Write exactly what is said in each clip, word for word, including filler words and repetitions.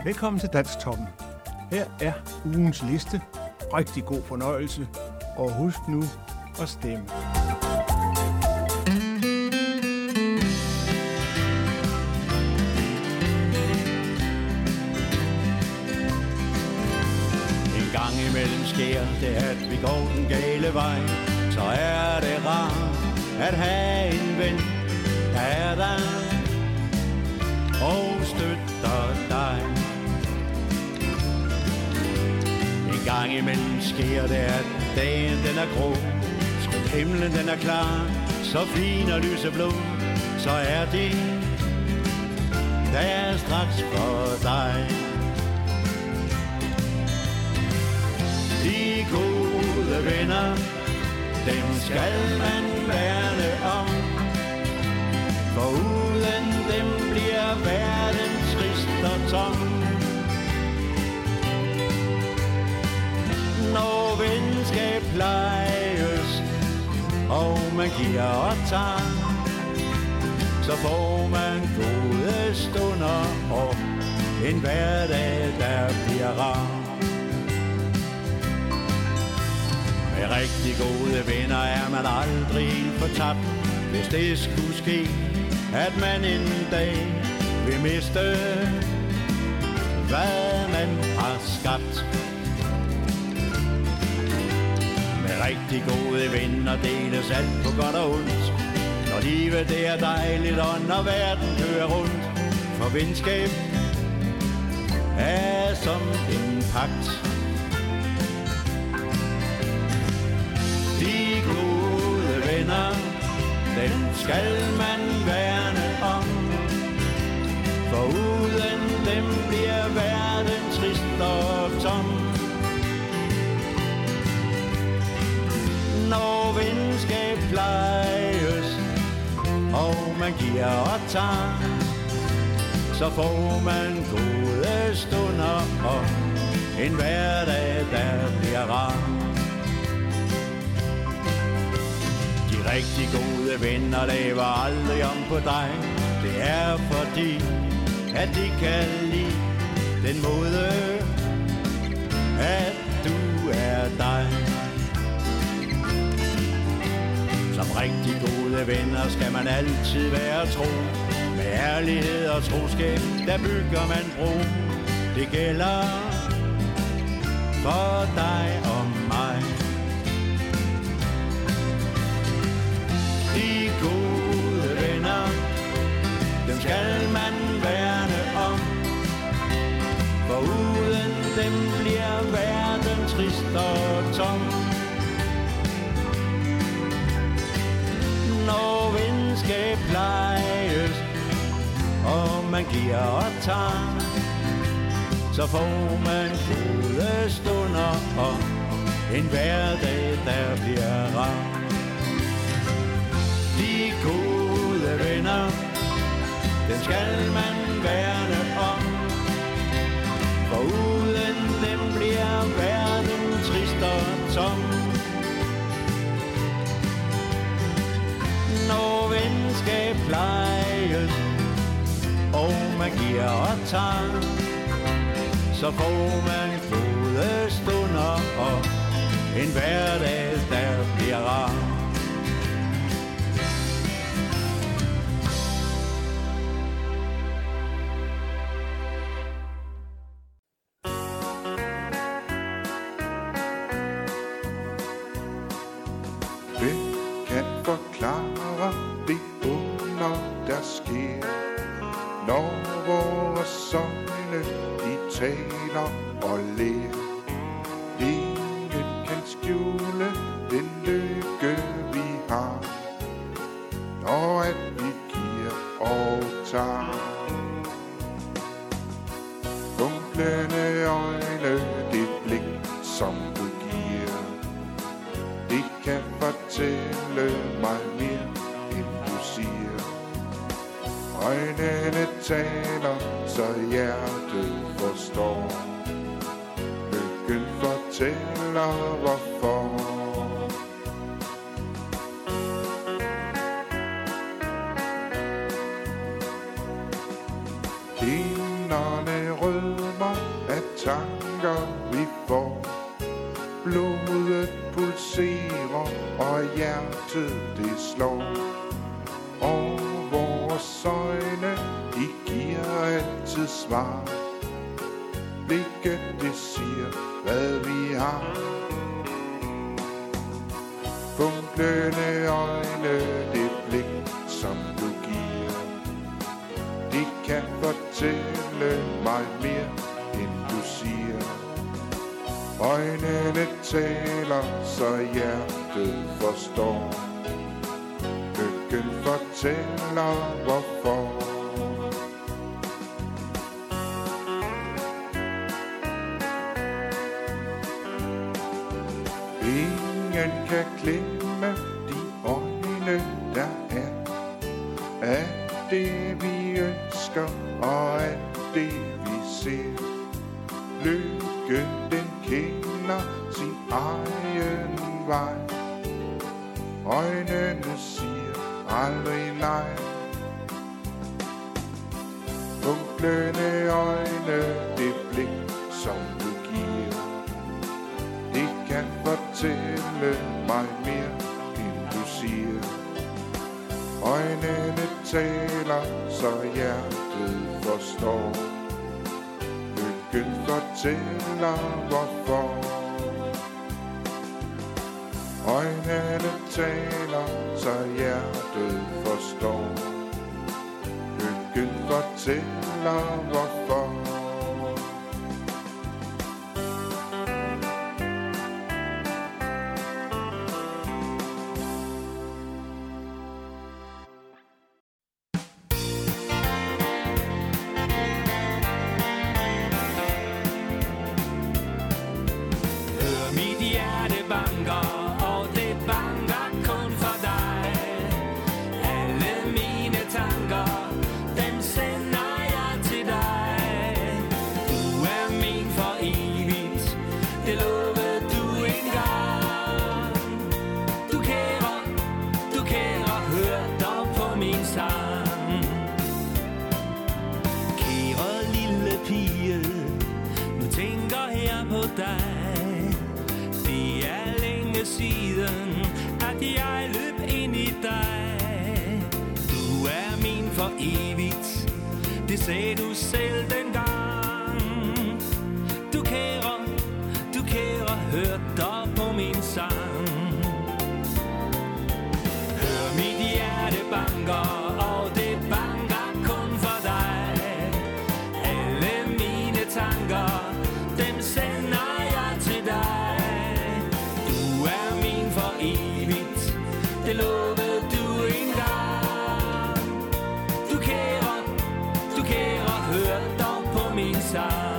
Velkommen til Dansktoppen. Her er ugens liste. Rigtig god fornøjelse. Og husk nu at stemme. En gang imellem sker det, at vi går den gale vej. Så er det rart at have en ven, der er der og støtter dig. En gang imellem sker det, at dagen den er grå, skønt himlen den er klar, så fin og lyseblå, så er det der er straks for dig. De gode venner, dem skal man værne om, for uden dem bliver verden trist og tom. Når venskab plejes, og man giver og tager, så får man gode stunder og en hverdag, der bliver rar. Med rigtig gode venner er man aldrig fortabt, hvis det skulle ske, at man en dag vil miste, hvad man har skabt. Med rigtig gode venner deles alt på godt og ondt, når livet det er dejligt, og når verden kører rundt. For venskab er som en pagt. De gode venner, dem skal man værne om, for uden dem bliver verden trist og tom. Når venskab plejes, og man giver og tager, så får man gode stunder og en hverdag, der bliver rar. De rigtig gode venner laver aldrig om på dig. Det er fordi, at de kan lide den måde, at du er dig. Som rigtig gode venner skal man altid være tro. Med ærlighed og troskab, der bygger man bro. Det gælder for dig og mig. De gode venner, dem skal man værne om, for uden dem bliver verden trist og tom. Når venskab plejes, og man giver og tager, så får man gode stunder og en hverdag, der bliver rar. De gode venner, dem skal man værne om, for uden dem bliver verden trist og tom. Når venskab plejes, og man giver og tager, så får man gode stunder og en hverdag, der bliver rar. Forklare det under, der sker, når vores øjne de taler og ler. Ingen kan skjule den lykke vi har, når at vi giver og tager. Funklende øjne, det blik som du giver, det kan fortælle mig mere end du siger. Øjnene taler, så hjertet forstår. Lykken fortæller hvorfor. Kinderne rødmer tanker vi får. Blodet pulserer, og hjertet det slår. Og vores øjne, de giver altid svar. Blikket det siger, hvad vi har. Funklende øjne, det blik, som du giver. De kan fortælle mig mere, end du siger. Øjnene taler, så hjertet forstår. Lykken fortæller, hvorfor. Ingen kan glemme de øjne, der er. Alt det vi ønsker, og alt det vi ser. Lykken den kender sin egen vej. Øjnene siger aldrig nej. Funklende øjne, det blik, som du giver. Det kan fortælle mig mere, end du siger. Øjnene taler, så hjertet forstår. Lykken fortæller, hvorfor. Øjnene taler, så hjertet forstår. Lykken fortæller, hvorfor. Det sagde du selv dengang. Du kære, du kære, hør dig på min sang. Hør mit hjerte banker, og det banker kun for dig. Alle mine tanker, dem sender jeg til dig. Du er min for evigt, det lovede du engang. Du kære, du kære, hør dog på min sang.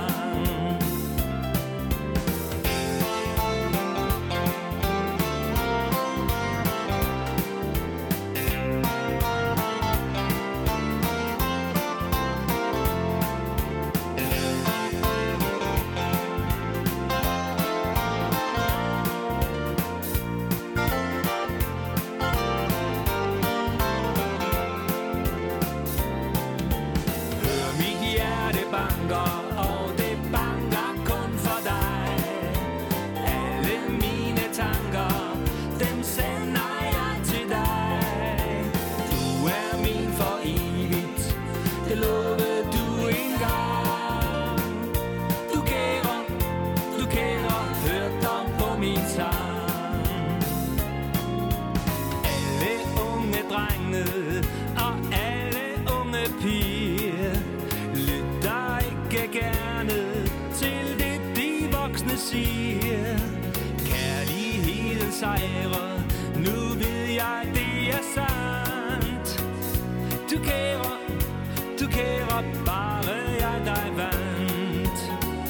Kærligheden sejrer, nu ved jeg det er sandt. Du kære, du kære, bare jeg dig vandt.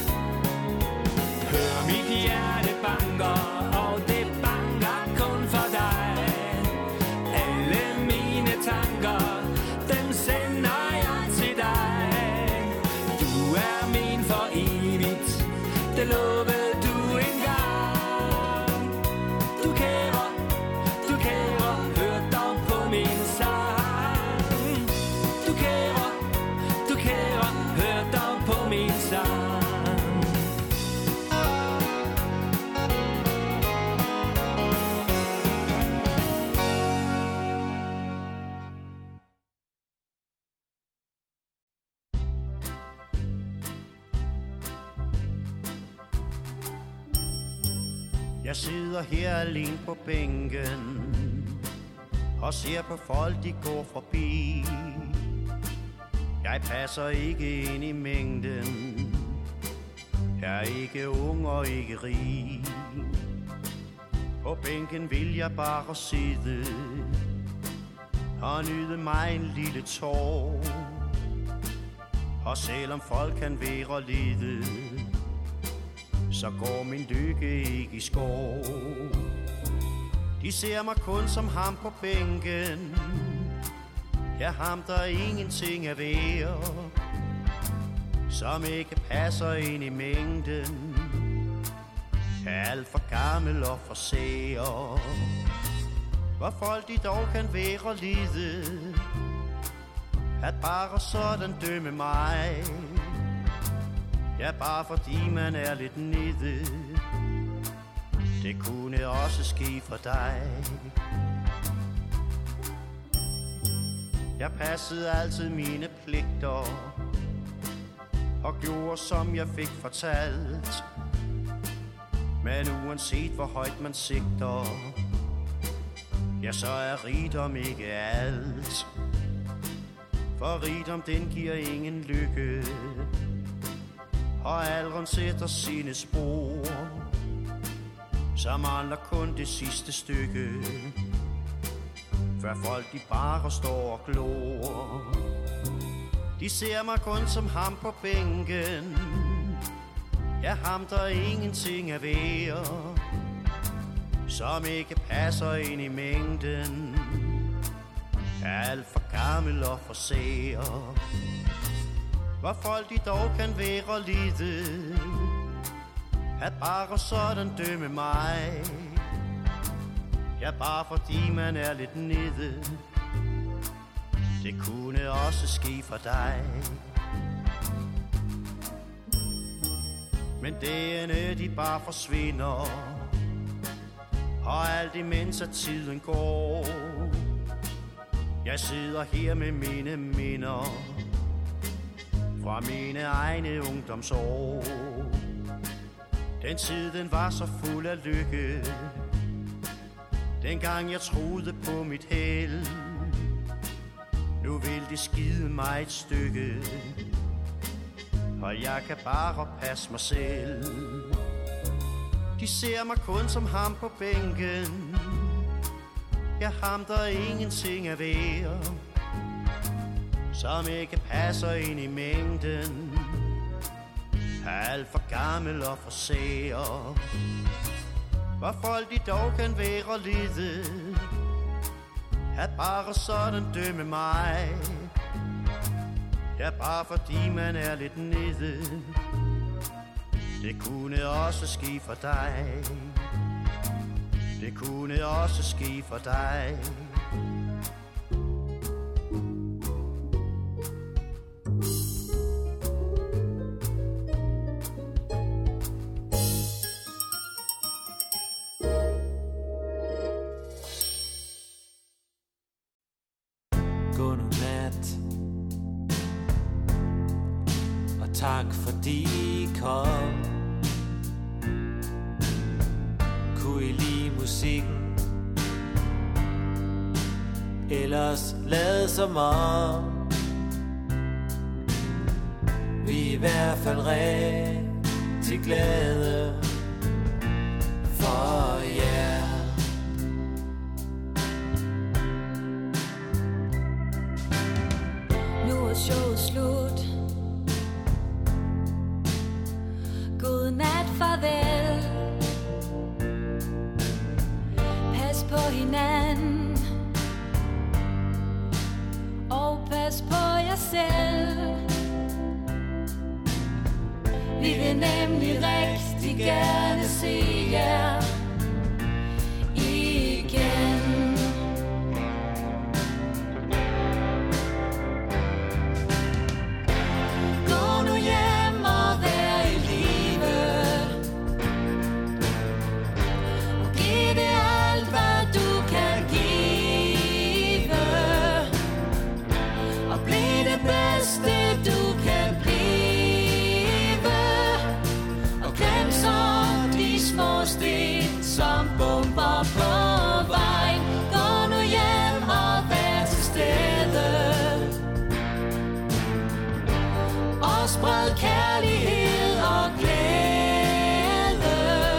Hør mit hjerte banker, og det banker kun for dig. Alle mine tanker, dem sender jeg til dig. Du er min for evigt, det lovede du engang. Du kære, du kære, hør dog på min sang. Du kære, du kære, Jeg sidder her alene på bænken og ser på folk, de går forbi. Jeg passer ikke ind i mængden. Jeg er ikke ung og ikke rig. På bænken vil jeg bare sidde og nyde mig en lille tår. Og selvom folk kan være lide, så går min lykke ikke i skov. De ser mig kun som ham på bænken. Ja, ham der ingenting er værd, som ikke passer ind i mængden, er alt for gammel og for sær. Hvor folk de dog kan være lide, at bare sådan dømme mig. Ja, bare fordi man er lidt nede, det kunne også ske for dig. Jeg passede altid mine pligter og gjorde som jeg fik fortalt. Men uanset hvor højt man sigter, ja, så er rigdom ikke alt. For rigdom den giver ingen lykke, og alderen sætter sine spor. Så mangler kun det sidste stykke, før folk de bare står og glor. De ser mig kun som ham på bænken. Ja, ham der ingenting er værd, som ikke passer ind i mængden, er alt for gammel og for sær. Hvor folk de dog kan være lide, at bare sådan dømme mig. Ja, bare fordi man er lidt nede, det kunne også ske for dig. Men dagene de bare forsvinder, og alt imens at tiden går. Jeg sidder her med mine minder fra mine egne ungdomsår. Den tid den var så fuld af lykke, dengang jeg troede på mit held. Nu vil de skide mig et stykke, og jeg kan bare passe mig selv. De ser mig kun som ham på bænken. Ja, ham der ingenting er værd, som ikke passer ind i mængden, er alt for gammel og for sær. Hvor folk de dog kan være lide, at bare sådan dømme mig. Ja, bare fordi man er lidt nede, det kunne også ske for dig. Det kunne også ske for dig. Godnat, og tak fordi I kom. Kunne I lide musikken? Ellers lad som om vi i hvert fald rigtig glade for jer. Nu er showet slut. Godnat, farvel. Pas på hinanden, og pas på jer selv. Vi vil nemlig rigtig gerne se jer igen. Gå nu hjem og vær i live, og giv det alt hvad du kan give, og bliv det bedste du kan blive, og glem så de små sten, så spred kærlighed og glæde.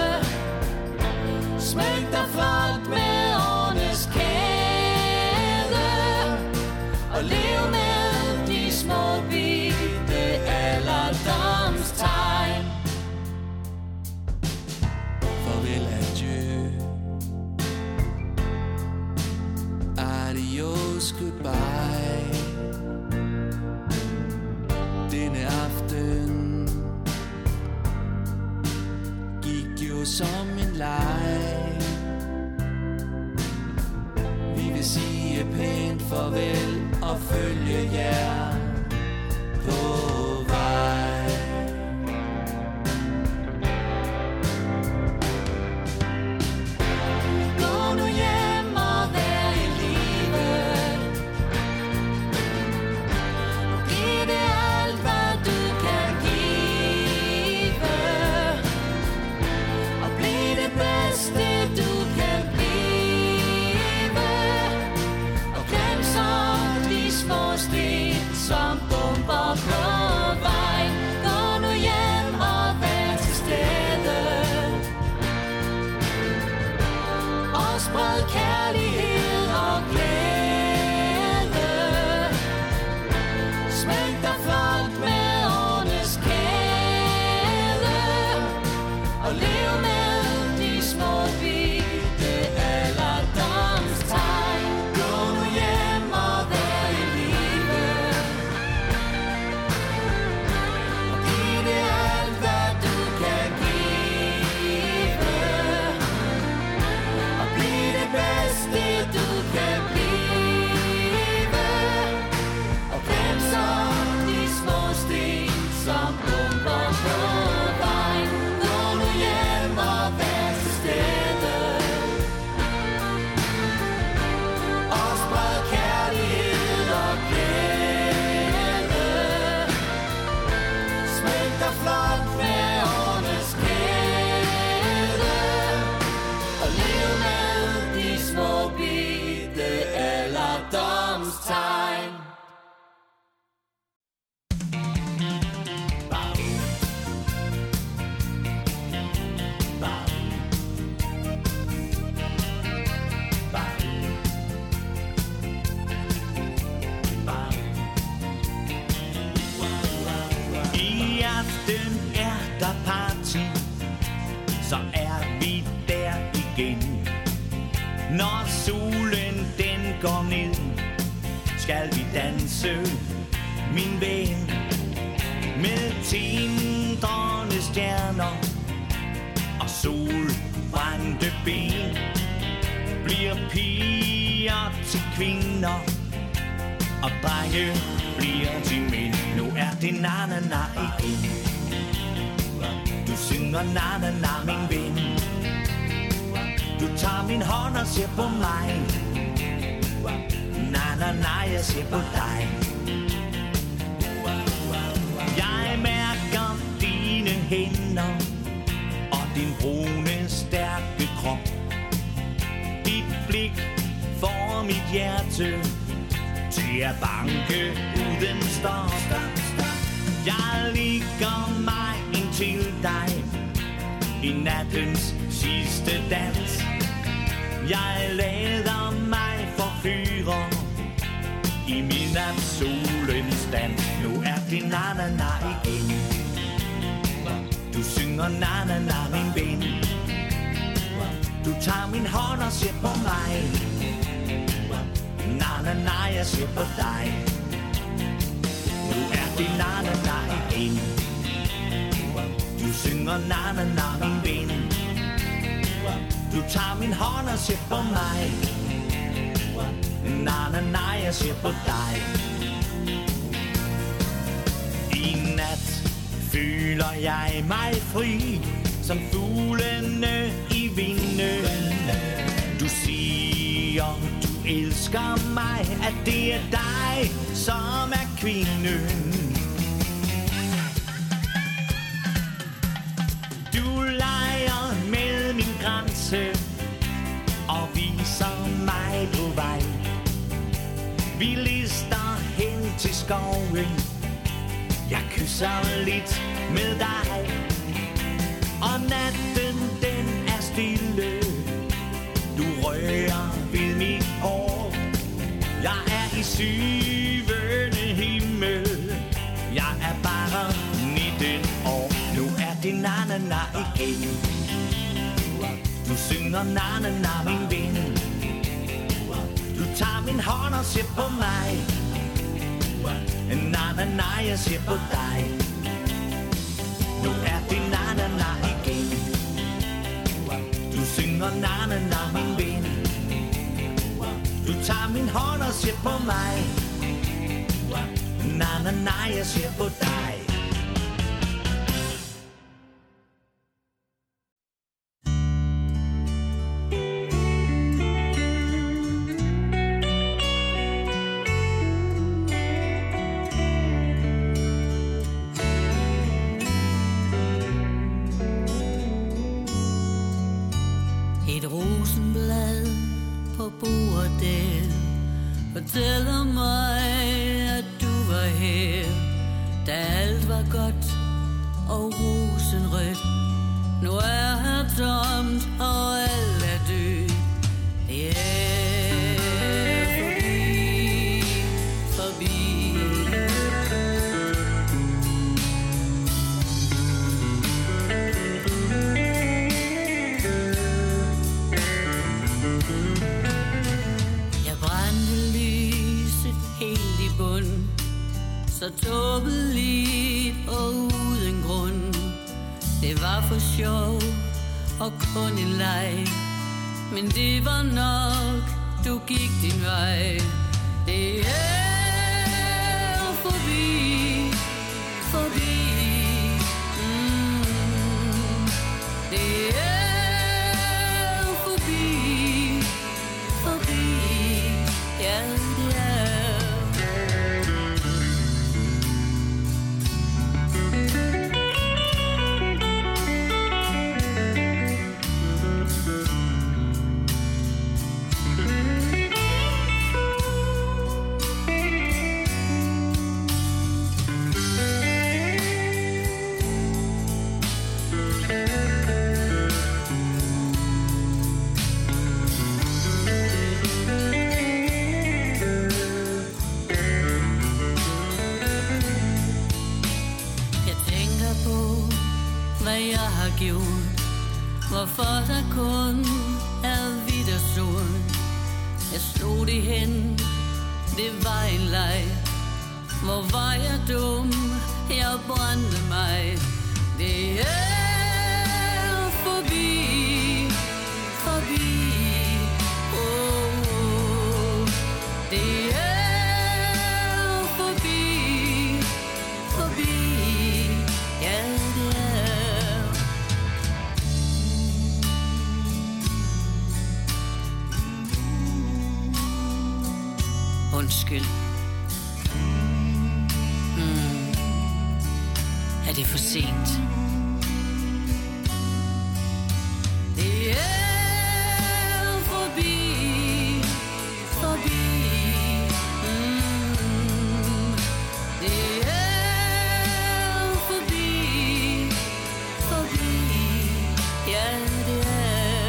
Smæk dig flot med årenes kæde, og lev med de små bitte alderdomstegn. Farvel, adieu. Adios, goodbye. Denne aften gik jo som en leg. Vi vil sige pænt farvel og følge jer på vej. Gå nu hjem og vær i livet. Giv det alt, hvad du kan give, og bliv det bedste, du kan blive. Og glem så de små sten, som bomber på vejen. Gå nu hjem og vær til stede, og spred kærlighed og glæde. Smæk dig flot med årenes kæde, og lev med de små bitte alderdomstegn. Gå nu hjem og vær i livet, og giv det alt, hvad du kan give, og bliv det bedste, du kan blive. Og glem så de små sten, som bomber på vejen. Gå nu hjem og vær til stede, og spred kærlighed og glæde. Smæk dig flot med årenes kæde, og lev med de små bitte alderdomstegn. I aften er der party, så er vi der igen. Når solen den går ned, skal vi danse, min ven, med tindrende stjerner og solbrændte ben. Bliver piger til kvinder, og drenge bliver til mænd. Nu er det na-na-na igen. Du synger na-na-na, min ven. Du tager min hånd og ser på mig. Na-na-na, jeg ser på dig. Jeg mærker dine hænder og din brune, stærke krop. Dit blik får mit hjerte til at banke uden stop. Jeg ligger mig ind til dig i nattens sidste dans. Jeg lader mig forføre i min natsolens dans. Nu er det na-na-na igen. Du synger na-na-na, min ven. Du tager min hånd og ser på mig. Na-na-na, jeg ser på dig. Nu er det na-na-na igen. Du synger na-na-na, min ven. Du tager min hånd og ser på mig. Na-na-na, jeg ser på dig. I nat føler jeg mig fri, som fuglene i vinden. Du siger, du elsker mig, at det er dig, som er kvinden. Du leger med min grænse og viser mig på vej. Vi lister hen til skoven. Jeg kysser lidt med dig, og natten den er stille. Du rører ved mit hår. Jeg er i syvende himmel. Jeg er bare nitten år. Nu er det na-na-na igen. Du synger na-na-na, min ven. Du tager min hånd og ser på mig. Na-na-na, jeg ser på dig. Nu er det na-na-na igen. Du synger na-na-na, min ven. Du tager min hånd og ser på mig. Na-na-na, jeg ser på dig. Fortæller mig, at du var her, da alt var godt og rosenrødt. Nu er her tomt, og alt er dødt. Det er forbi, forbi. Jeg brændte lyset helt i bund, så tåbeligt og uden grund. Det var for sjov og kun en leg, men det var nok, du gik din vej. Det er forbi, forbi. Mm. Det er forbi, forbi. Ja, det er. Hvorfor der kun er hvidt og sort. Jeg slog det hen, det var en leg. Hvor var jeg dum, jeg brændte mig. Det er forbi, forbi. Oh, oh. Det er forbi, forbi. Ja, det er. Undskyld. Hmm. Er det for sent? Det er forbi, forbi. Hmm. Det er forbi, forbi. Ja, det er.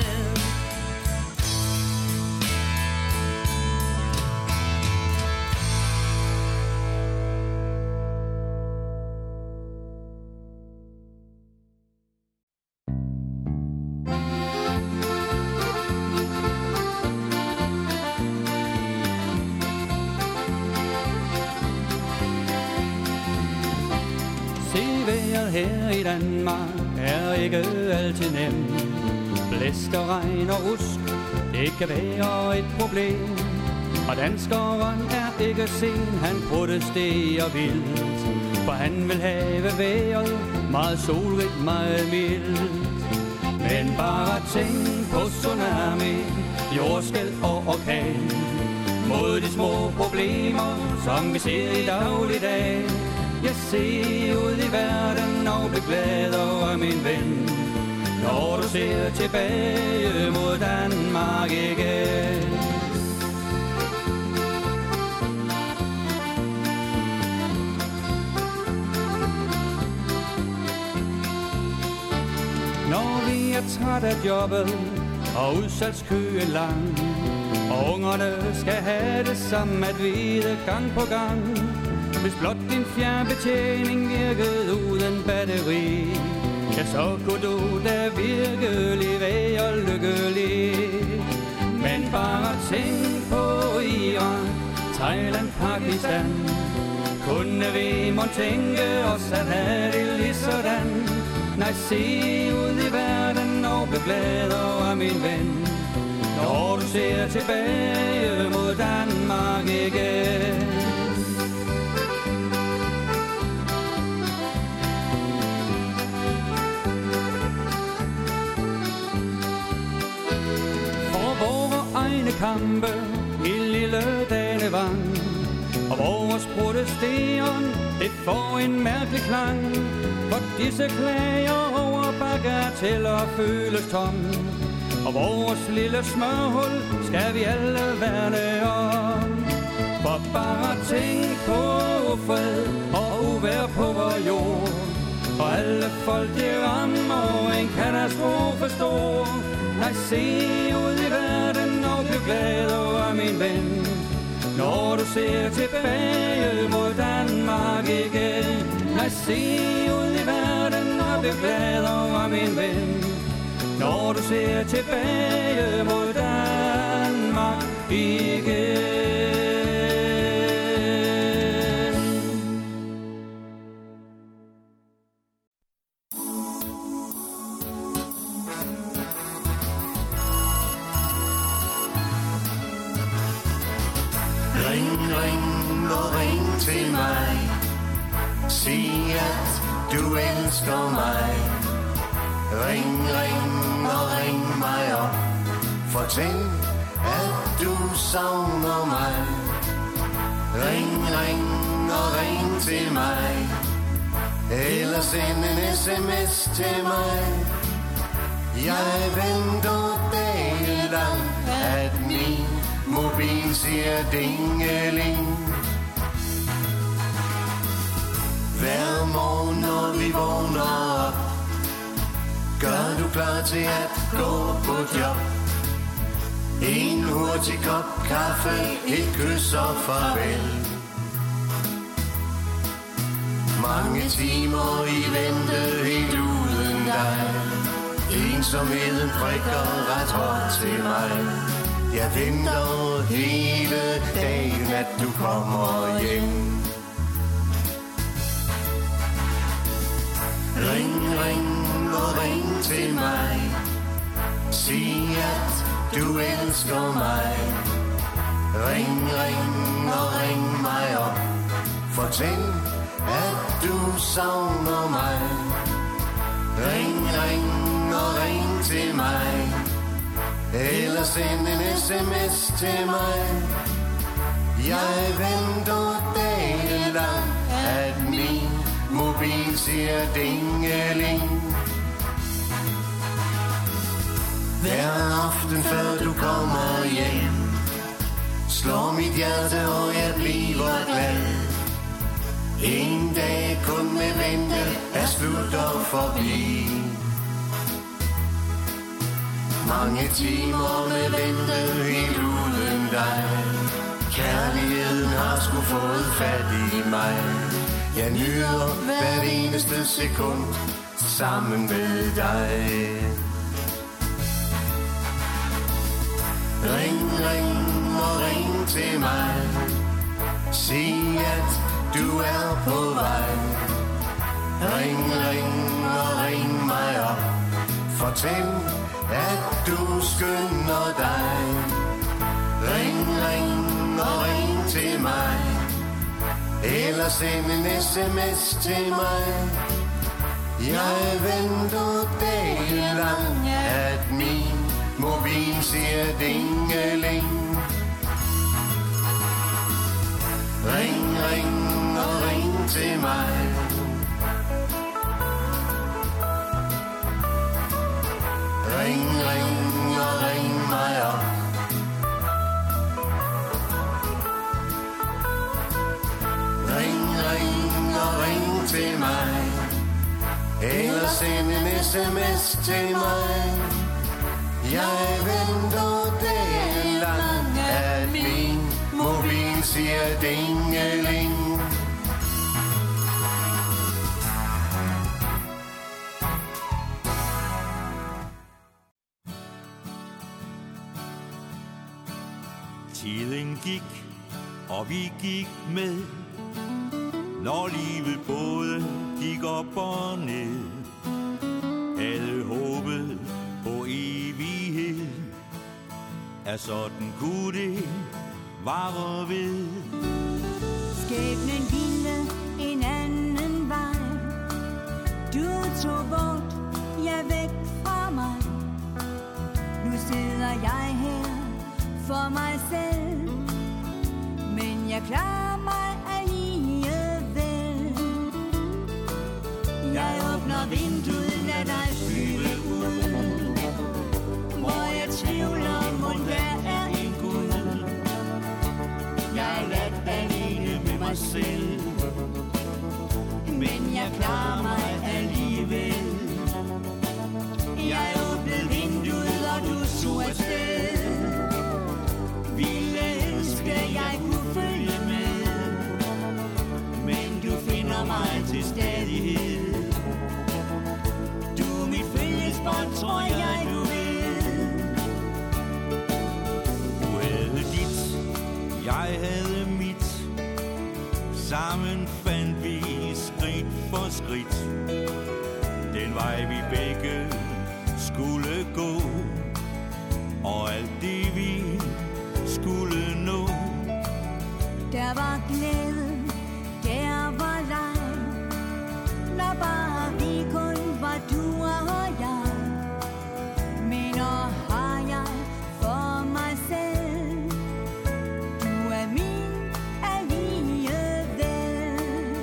Her i Danmark er ikke altid nemt. Blæst og regn og rusk, det kan være et problem. Og danskeren er ikke sen, han protesterer vildt. For han vil have vejret meget solrigt, meget mildt. Men bare tænk på tsunami, jordskælv og orkan. Mod de små problemer, som vi ser i dagligdag. Jeg ser ud i verden og bliver glad over min ven, når du ser tilbage mod Danmark igen. er træt af jobbet, og udsalgskøen lang. Og ungerne skal have det samme at vide gang på gang. Hvis blot din fjernbetjening virkede uden batteri, ja, så kunne du da virkelig være lykkelig. Men bare tænk på Iran, Thailand, Pakistan. Kunne vi må tænke os at have det lige sådan? Nej, se ud i verden og bliv glad over min ven, når du ser tilbage mod Danmark igen. For vore egne kampe i lille Danevang, og vores protesteren, det får en mærkelig klang. For disse klager over bagateller føles tom, og vores lille smørhul skal vi alle værne om. For bare tænk på fred og uvejr på vor jord, og alle folk de rammer en katastrofe stor. Nej, se ud i verden og bliv glad over min ven, når du ser tilbage mod Danmark igen. Nej, se ud i verden og bliv glad over min ven, når du ser tilbage mod Danmark igen. Ring, ring og ring til mig. Sig at du elsker mig. Ring, ring og ring mig op. Fortæl at du savner mig. Ring, ring og ring til mig. Eller send en sms til mig. Jeg venter dagen lang, at min mobil siger dingeling. Hver morgen når vi vågner op, gør du klar til at gå på job. En hurtig kop kaffe, et kys og farvel. Mange timer i vente helt uden dig. Ensomheden prikker ret hårdt til mig. Jeg venter hele dagen, at du kommer hjem. Ring, ring og ring til mig. Sig at du elsker mig. Ring, ring og ring mig op. Fortæl at du savner mig. Ring, ring og ring til mig. Eller send en sms til mig. Jeg venter dagen lang, at min mobil siger dingeling. Hver aften før du kommer hjem, slår mit hjerte og jeg bliver glad. En dag kun med vente er slut og forbi. Mange timer med vente helt uden dig. Kærligheden har sgu fået fat i mig. Jeg nyder hvert eneste sekund sammen med dig. Ring, ring og ring til mig. Sig at du er på vej. Ring, ring og ring mig op. Fortæl at du skynder dig. Ring, ring og ring til mig. Eller send en sms til mig. Jeg venter dagen lang, at min mobil siger dingeling. Ring, ring og ring til mig. Ring, ring og ring mig op. Ring, ring og ring til mig. eller send en sms til mig. Jeg venter dagen lang, at min mobil siger dingeling. Tiden gik, og vi gik med, når livet både gik op og ned. Havde håbet på evighed, at sådan kunne det vare ved. Skæbnen ville en anden vej. Du tog bort, ja væk fra mig. Nu sidder jeg her for mig selv, men jeg klarer mig alligevel. Jeg åbner vinduet, lad dig flyve ud, hvor jeg tvivler, mon der er en Gud. Jeg er ladt alene med mig selv, men jeg klarer mig alligevel. Jeg åbnede vinduet, og du tog afsted. Ville ønske, jeg kunne følge med, men du finder mig til stadighed. Du er mit følgespot, tror jeg du ved. Du havde dit, jeg havde mit. Sammen fandt vi skridt for skridt den vej vi begge skulle gå, og alt det vi skulle nå. Der var glæde, der var leg, når bare vi kun var du og jeg. Minder har jeg for mig selv, du er min alligevel.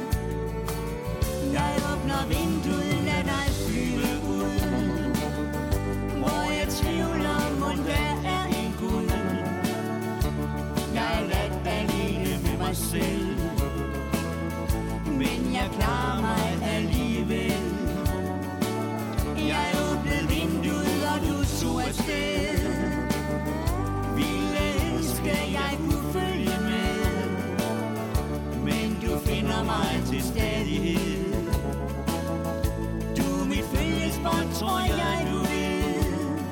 Jeg åbner vinduet, lad dig flyve ud, hvor jeg tvivler, mon der er en Gud. Jeg er ladt alene med mig selv, men jeg klarer mig alligevel. Jeg åbnede vinduet, og du tog afsted. Ville ønske, jeg kunne følge med, men du finder mig til stadighed. Du er mit følgespot, tror jeg du ved.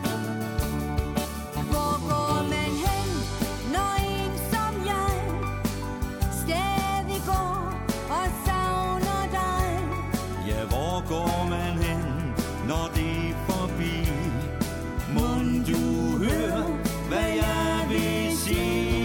Hvor går man hen, når en som jeg stadig går og savner dig? Ja, hvor går man hen, når det er forbi? Mon du hører, hvad jeg vil sige?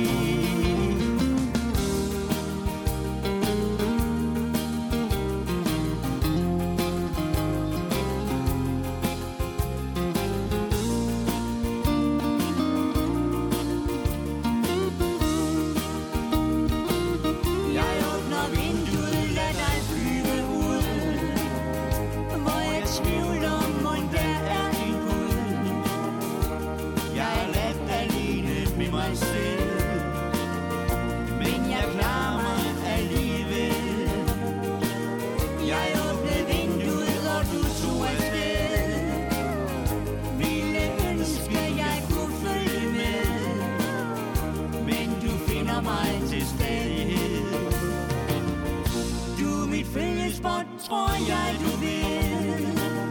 Jeg åbner vinduet, lad dig flyve ud, hvor jeg tvivler, mon der er en Gud. Jeg er ladt alene med mig selv, men jeg klarer mig alligevel. Jeg åbnede vinduet, og du tog afsted. Ville ønske, jeg kunne følge med, men du finder mig til stadighed. Du er mit følgespot, tror jeg du ved.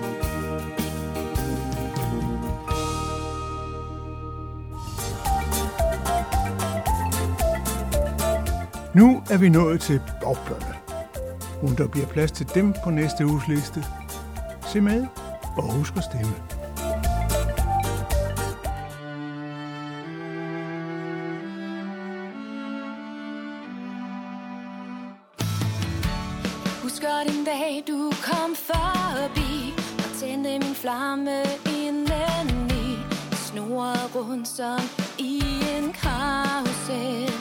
Nu er vi nået til boblerne. Hun der bliver plads til dem på næste uges liste. Se med og husk at stemme. Husker den dag du kom forbi og tændte min flamme indeni, snurrede rundt som i en karusel.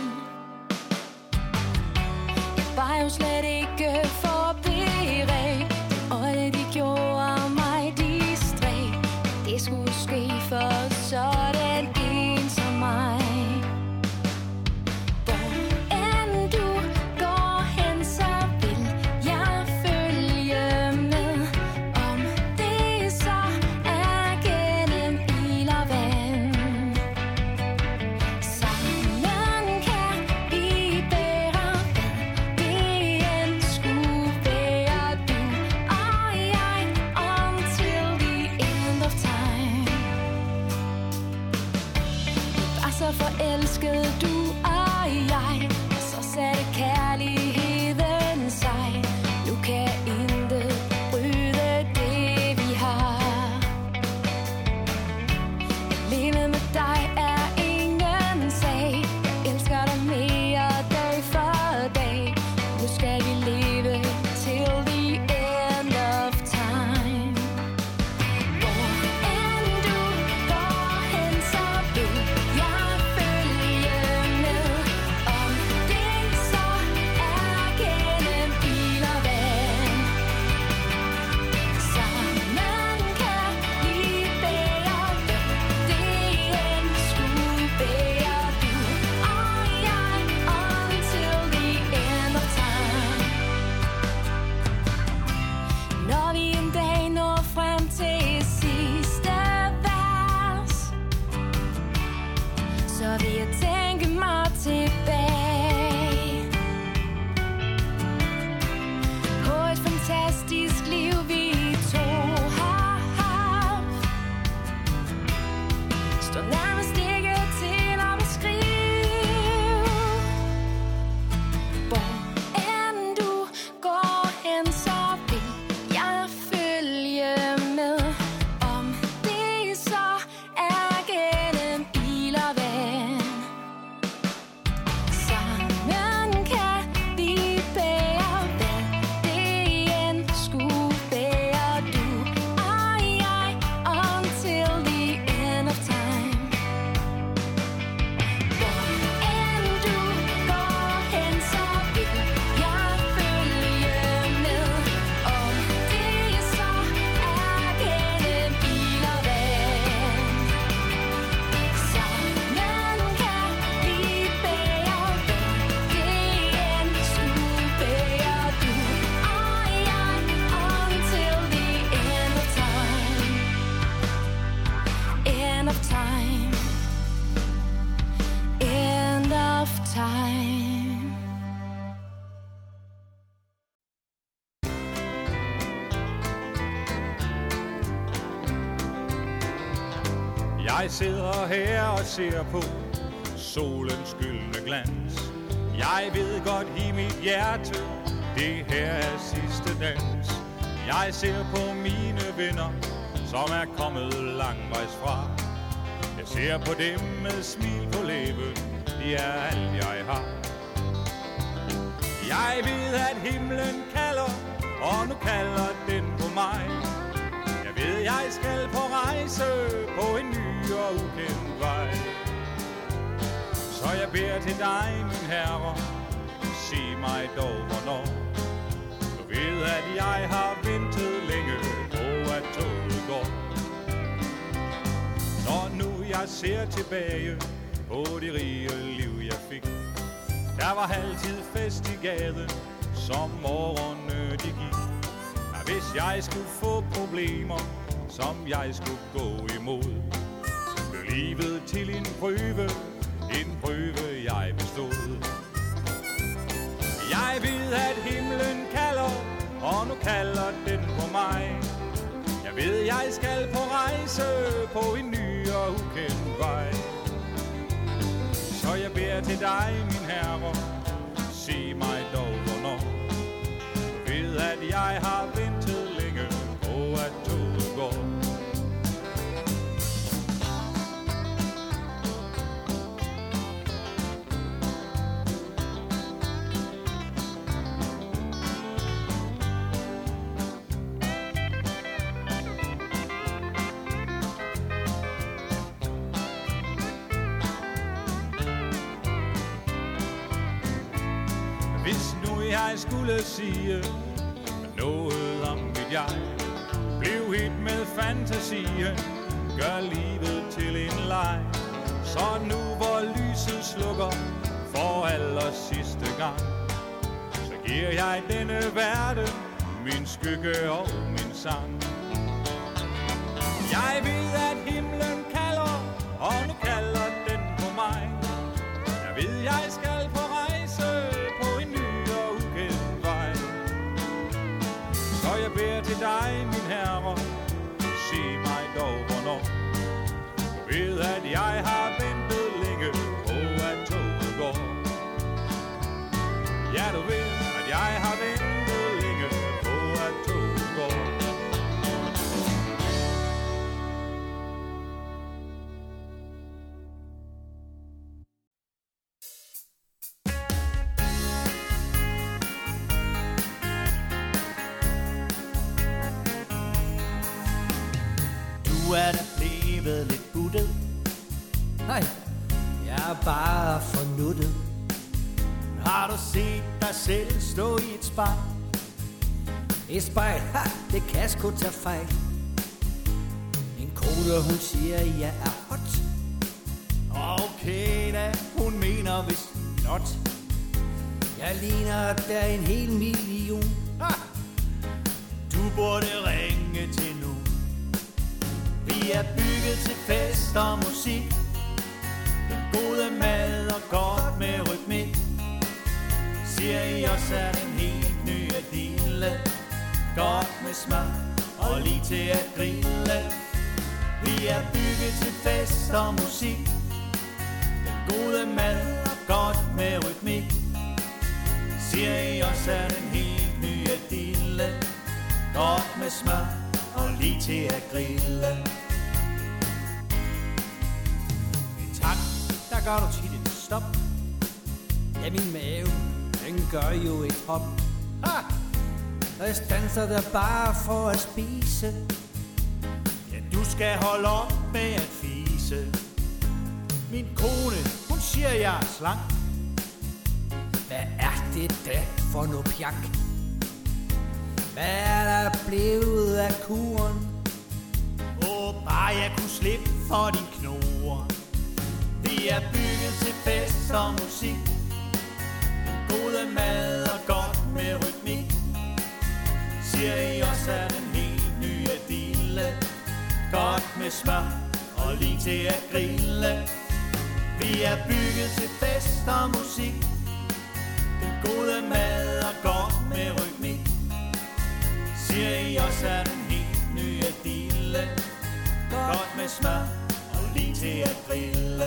Jeg var jo slet ikke forberedt, og det gjorde mig distræt. Det skulle ske for sådan en som mig. Og vi leve till the end of time. Hvor end du går hen, så vil jeg følge med. Om det så er gennem ild og vand. Sammen kan vi bære, hvad det end skulle bære. Du og jeg until the end of time. Når vi en dag når frem til sidste vers, så vil jeg tænke mig tilbage på et fantastisk liv vi to har haft. Står nærmest ikke til at beskrive. Hvor end du går hen, så vil jeg følge med. Om det så er gennem ild og vand. Sammen kan vi bære, hvad det end skulle bære. Du og jeg until the end of time. Hvor end du går hen, så vil jeg følge med. Om det så er gennem ild og vand. Sammen kan vi bære, hvad det end skulle bære. Du og jeg until the end of time. End of time. End of time. Jeg sidder her og ser på solens gyldne glans. Jeg ved godt i mit hjerte, det her er sidste dans. Jeg ser på mine venner, som er kommet langvejs fra. Jeg ser på dem med smil på læben, de er alt jeg har. Jeg ved at himlen kalder, og nu kalder den på mig. Jeg ved jeg skal på rejse på en ny og ukendt vej. Så jeg beder til dig, min herre, sig mig dog hvornår. Du ved at jeg har ventet længe på at toget går. Når nu jeg ser tilbage på det rige liv jeg fik, der var altid fest i gaden, som årene de gik. Og hvis jeg skulle få problemer, som jeg skulle gå imod, blev livet til en prøve, en prøve jeg bestod. Jeg ved at himlen kalder, og nu kalder den på mig. Jeg ved jeg skal på rejse på en ny og ukendt vej. Så jeg beder til dig, min herre, sig mig dog hvornår. Du ved at jeg har ventet længe på at toget går. Hvis nu jeg skulle sige noget om mit jeg, bliv hit med fantasien, gør livet til en leg. Så nu hvor lyset slukker for aller sidste gang, så giver jeg denne verden min skygge og min sang. Jeg ved at himlen kalder, og nu kalder den på mig. Jeg ved jeg skal på rejse på en ny og ukendt vej. Så jeg beder til dig, min herre, sig mig dog hvornår. Du ved at jeg har ventet længe på at toget går. Ja, du ved at jeg har ventet længe på at toget går. du er da blevet lidt buttet. Nej, jeg er bare fornuttet. Har du set dig selv stå i et spejl? Et spejl, ha, det kan sgu tage fejl. Min kone, hun siger, jeg er hot. Okay da, hun mener vist not. Jeg ligner der en hel million. Ha! Du burde ringe til nu. Vi er bygget til fest og musik. Den gode mad og godt med rytmik. Siger I også er den helt nye dille. Godt med smag og lige til at grille. Vi er bygget til fest og musik. Den gode mad og godt med rytmik. Siger I også er den helt nye dille. Godt med smag og lige til at grille. I takt, der gør du tit et stop. Ja, min mave, den gør jo et hop. Ha! Og jeg standser der bare for at spise. Ja, du skal holde op med at fise. Min kone, hun siger, jeg er slank. Hvad er det da for noget pjak? Hvad er der blevet af kuren? Åh, oh, bare jeg kunne slippe for din knor. Vi er bygget til fest og musik. Gode mad og godt med rytmik. Siger I også er den helt nye dille. Godt med smør og lige til at grille. Vi er bygget til fest og musik. Den gode mad og godt med rytmik. Siger I også er den helt nye dille. Godt med smør og lige til at grille.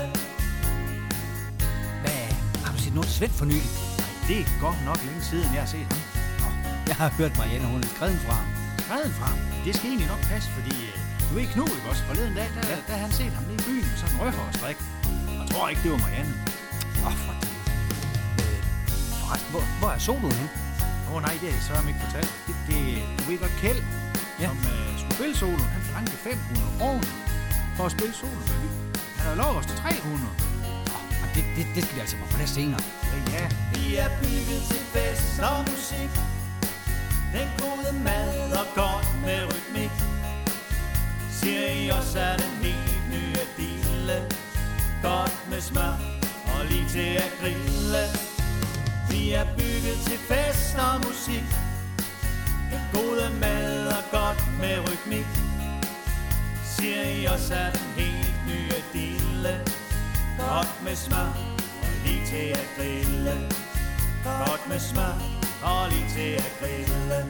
Hvad? Har du set noget Svend for nylig? Det er godt nok længe siden, jeg har set ham. Nå, jeg har hørt Marianne, hun er skrevet fra ham. Skrevet fra ham? Det skal egentlig nok passe, fordi du ved Knud, ikke også? Forleden dag, der, ja. der har han set ham lige i byen med sådan en rødhårstrik. Jeg tror ikke, det var Marianne. Åh, oh, for det. Øh, forresten, hvor, hvor er soloen hen? Åh oh, nej, det har jeg så ikke fortalt. Det, det, du ved godt, Kjeld, ja. som uh, skulle spille soloen, han forlangte fem hundrede kroner for at spille soloen. Han har lovet os til tre hundrede. Oh, det, det, det skal vi altså få på plads senere. Ja, ja. Vi er bygget til fest og musik. Den gode mad og godt med rytmik. Siger I også er den helt nye dille. Godt med smør og lige til at grille. Vi er bygget til fest og musik. Den gode mad og godt med rytmik. Siger I også er den helt nye dille. Godt med smør og lige til at grille. Godt med smør og lige til at grille.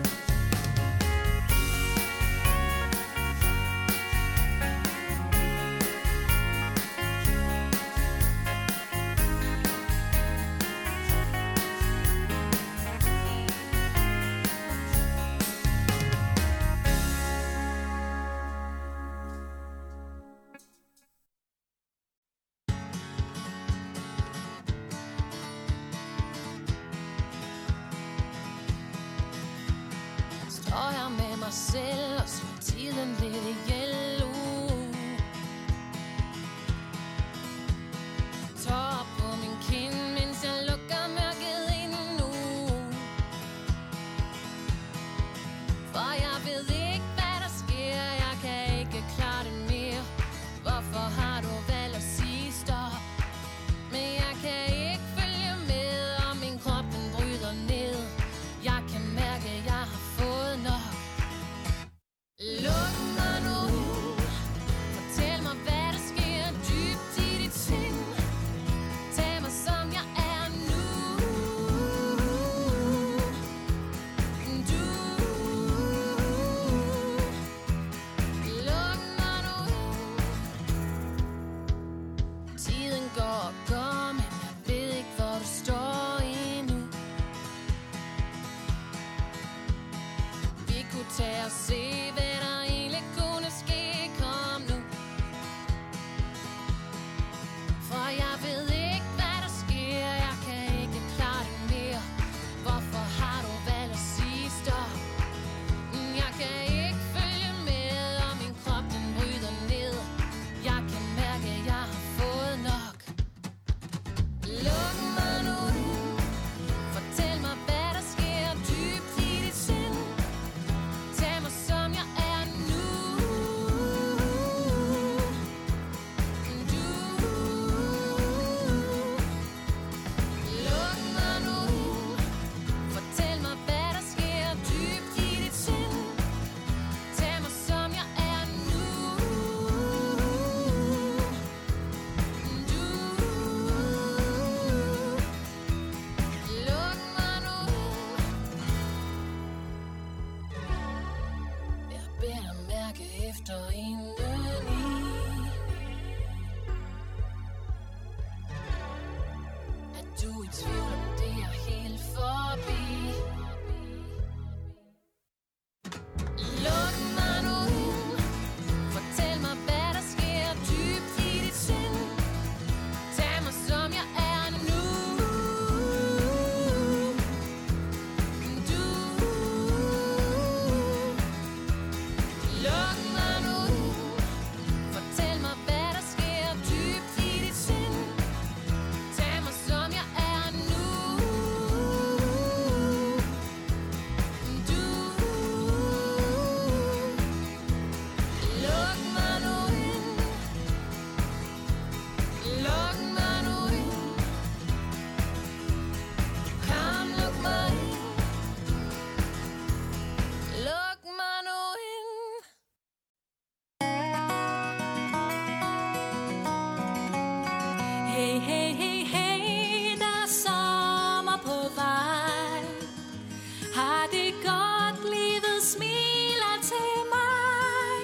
Står jeg med mig selv og slår tiden lidt ihjel. Tår på min kind, mens jeg lukker mørket ind nu. For jeg ved ikke, hvad der sker. Jeg kan ikke klare det mere. Hvorfor har du valgt at sige stop? Men jeg kan ikke følge med, og min krop den bryder ned. Jeg kan mærke, at jeg har fået nok. Luk mig nu. Fortæl mig, hvad der sker dybt i dit sind. Tag mig, som jeg er nu. Du. Luk mig nu. Tiden går og går, men jeg ved ikke, hvor du står endnu. Vi kunne tage og se, hvad der egentlig kunne ske. Kom nu. For jeg ved ikke, hvad der sker. Jeg kan ikke klare det mere. Hvorfor har du valgt at sige stop? Jeg kan ikke følge med, og min krop den bryder ned. mærke efter indeni. Er du i tvivl om det er helt forbi? Luk mig nu ind. Fortæl mig hvad der sker dybt i dit sind. Tag mig som jeg er nu. Du. Luk mig nu ind. Fortæl mig hvad der sker dybt i dit sind. Tag mig som jeg er nu. Du. Luk mig nu ind. Luk mig nu ind. Kom, luk mig ind. Luk mig nu ind. Hey, hey, hey, hey, der er sommer på vej. Har det godt, livet smiler til mig.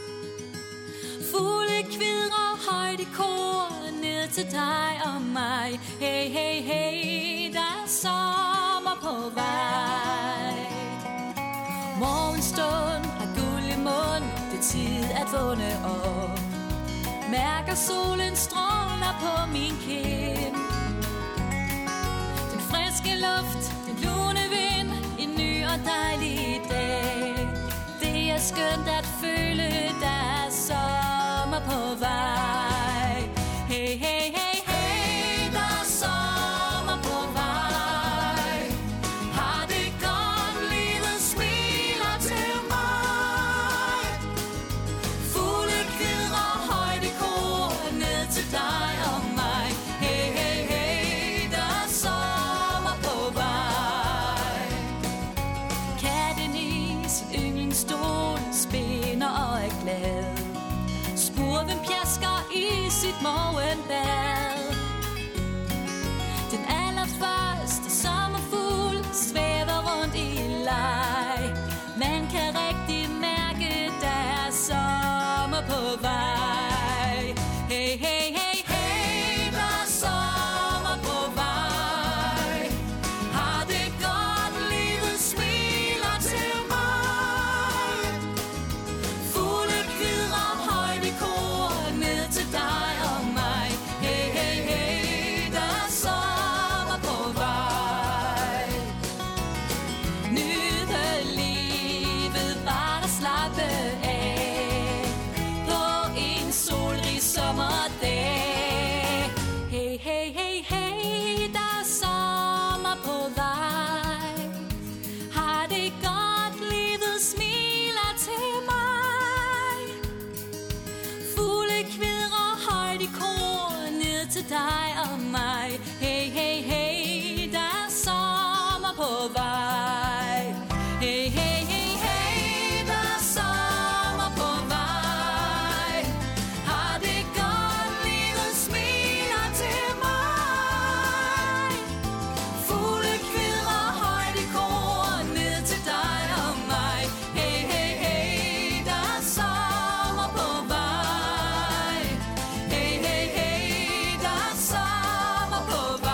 Fugle kvidrer højt i kor ned til dig og mig. Hey, hey, hey, der er sommer på vej. Morgenstund har guld i mund, det er tid at vågne op. Mærker solen stråler på min kind. Den friske luft, den lune vind, en ny og dejlig dag. Det er skønt at føle, der er sommer på vej. Hey, hey, hey, hey, der er sommer på vej. Har det godt, livet smiler til mig. Fugle kvidrer højt i kor ned til dig og mig. Hey, hey, hey, der er sommer på vej. Katten i sin yndlingsstol spænder og er glad. Spurven pjasker i sit morgenbad. Den allerførste sommerfugl svæver rundt i leg. Man kan rigtig mærke, der er sommer på vej. Hey, hey, hey, hey, der er sommer på vej. Har det godt, livet smiler til mig. Fugle kvidrer højt i kor ned til dig og mig. Hey, hey, hey, der er sommer på vej. Nyde livet, bare slappe af på en solrig sommerdag. Hey, hey, hey, hey, der er sommer på vej. Har det godt, livet smiler til mig. Fugle kvidrer højt i kor ned til dig og mig. Hey, hey, hey, der er sommer på vej. Hey, hey, hey, hey, der er sommer på vej. Har det godt, livet smiler til mig. Fugle kvidrer højt i kor ned til dig og mig. Hey, hey, hey, der er sommer på vej. Hey, hey, hey, der er sommer på vej.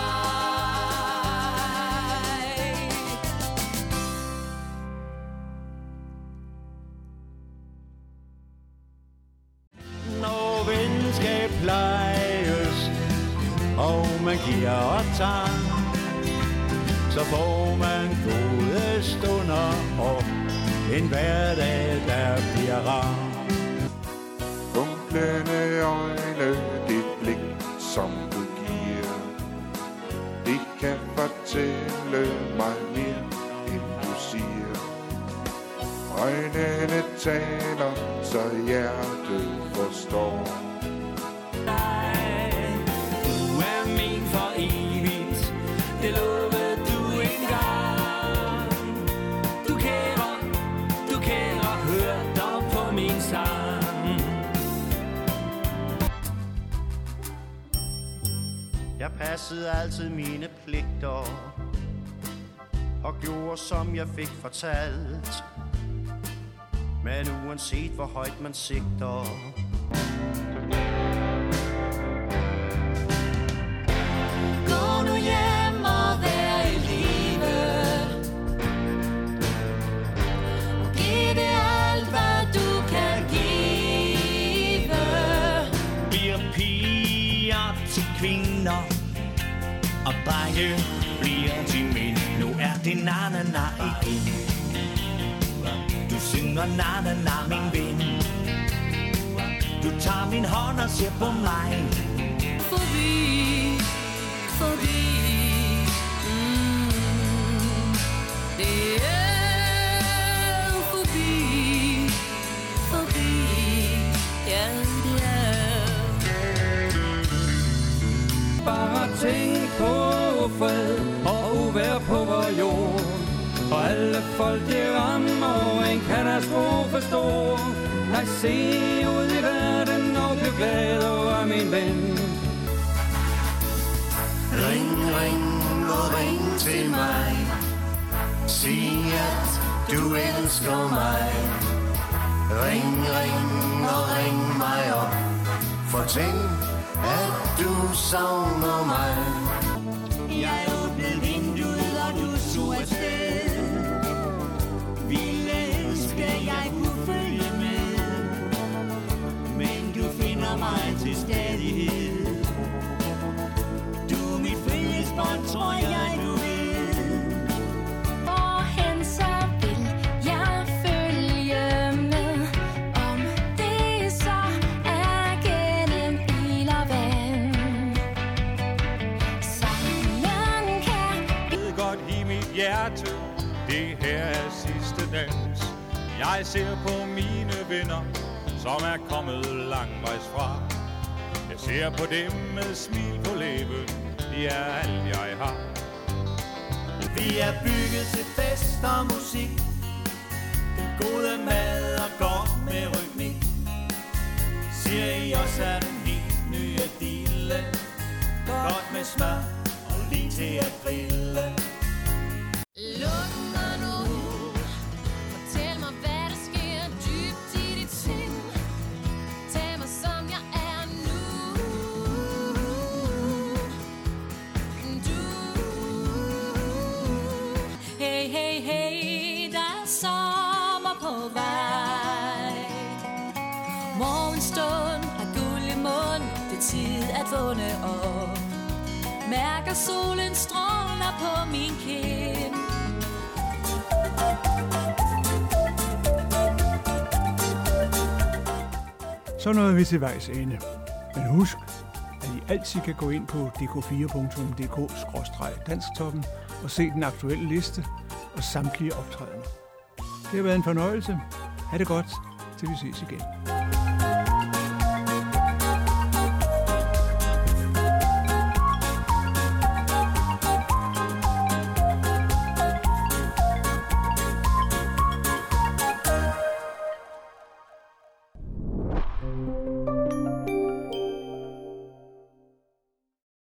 Når venskab plejes, og man giver og tager, så får man gode stunder og en hverdag, der bliver rar. Funklende øjne, dit blik, som du giver, det kan fortælle mig mere, end du siger. Øjnene taler, så hjertet forstår. Du er min for evigt, det lovede du engang. Du kærer, du kærer, hør dog på min sang. Jeg passede altid mine pligter og gjorde som jeg fik fortalt. Men uanset hvor højt man sigter, gå nu hjem og vær i live, og giv det alt hvad du kan give. Bliver piger til kvinder, og drenge bliver til mænd. Nu er det na-na-na igen. Du synger na-na-na, min ven. Du tager min hånd og ser på mig. Forbi, forbi, mm, det er forbi, forbi, ja det er. Bare tænk på fred og uvejr på vor jord, og alle folk de rammer en katastrofe stor. Nej, se ud i verden og bliv glad over min ven. ring, ring og ring til mig. Sig at du elsker mig. Ring, ring og ring mig op. Fortæl at du savner mig. Jeg åbnede vinduet, og du så afsted. Ville ønske, jeg kunne følge med, men du finder mig til stadighed. Du er mit følgesbånd, tror jeg du ved. Hvorhen så vil jeg følge med, om det så er gennem ild og vand. Sammen kan Jeg ved godt i mit hjerte, det her er sidste dans. Jeg ser på mine venner, som er kommet langvejs fra. Jeg ser på dem med smil på læben, de er alt jeg har. Vi er bygget til fest og musik, den gode mad og godt med rytmik. Ser I os er den helt nye dille, godt med smør og lige til at grille. Luk mig nu, fortæl mig hvad der sker dybt i dit sind. Tag mig som jeg er nu. Du. Hey, hey, hey, der er sommer på vej. Morgenstund har guld i mund, det er tid at vågne op. Mærker solen stråler på min kind. Så nåede vi til vejs ende. Men husk, at I altid kan gå ind på d k fire punktum d k skråstreg dansktoppen og se den aktuelle liste og samtlige optrædener. Det har været en fornøjelse. Ha' det godt, til vi ses igen.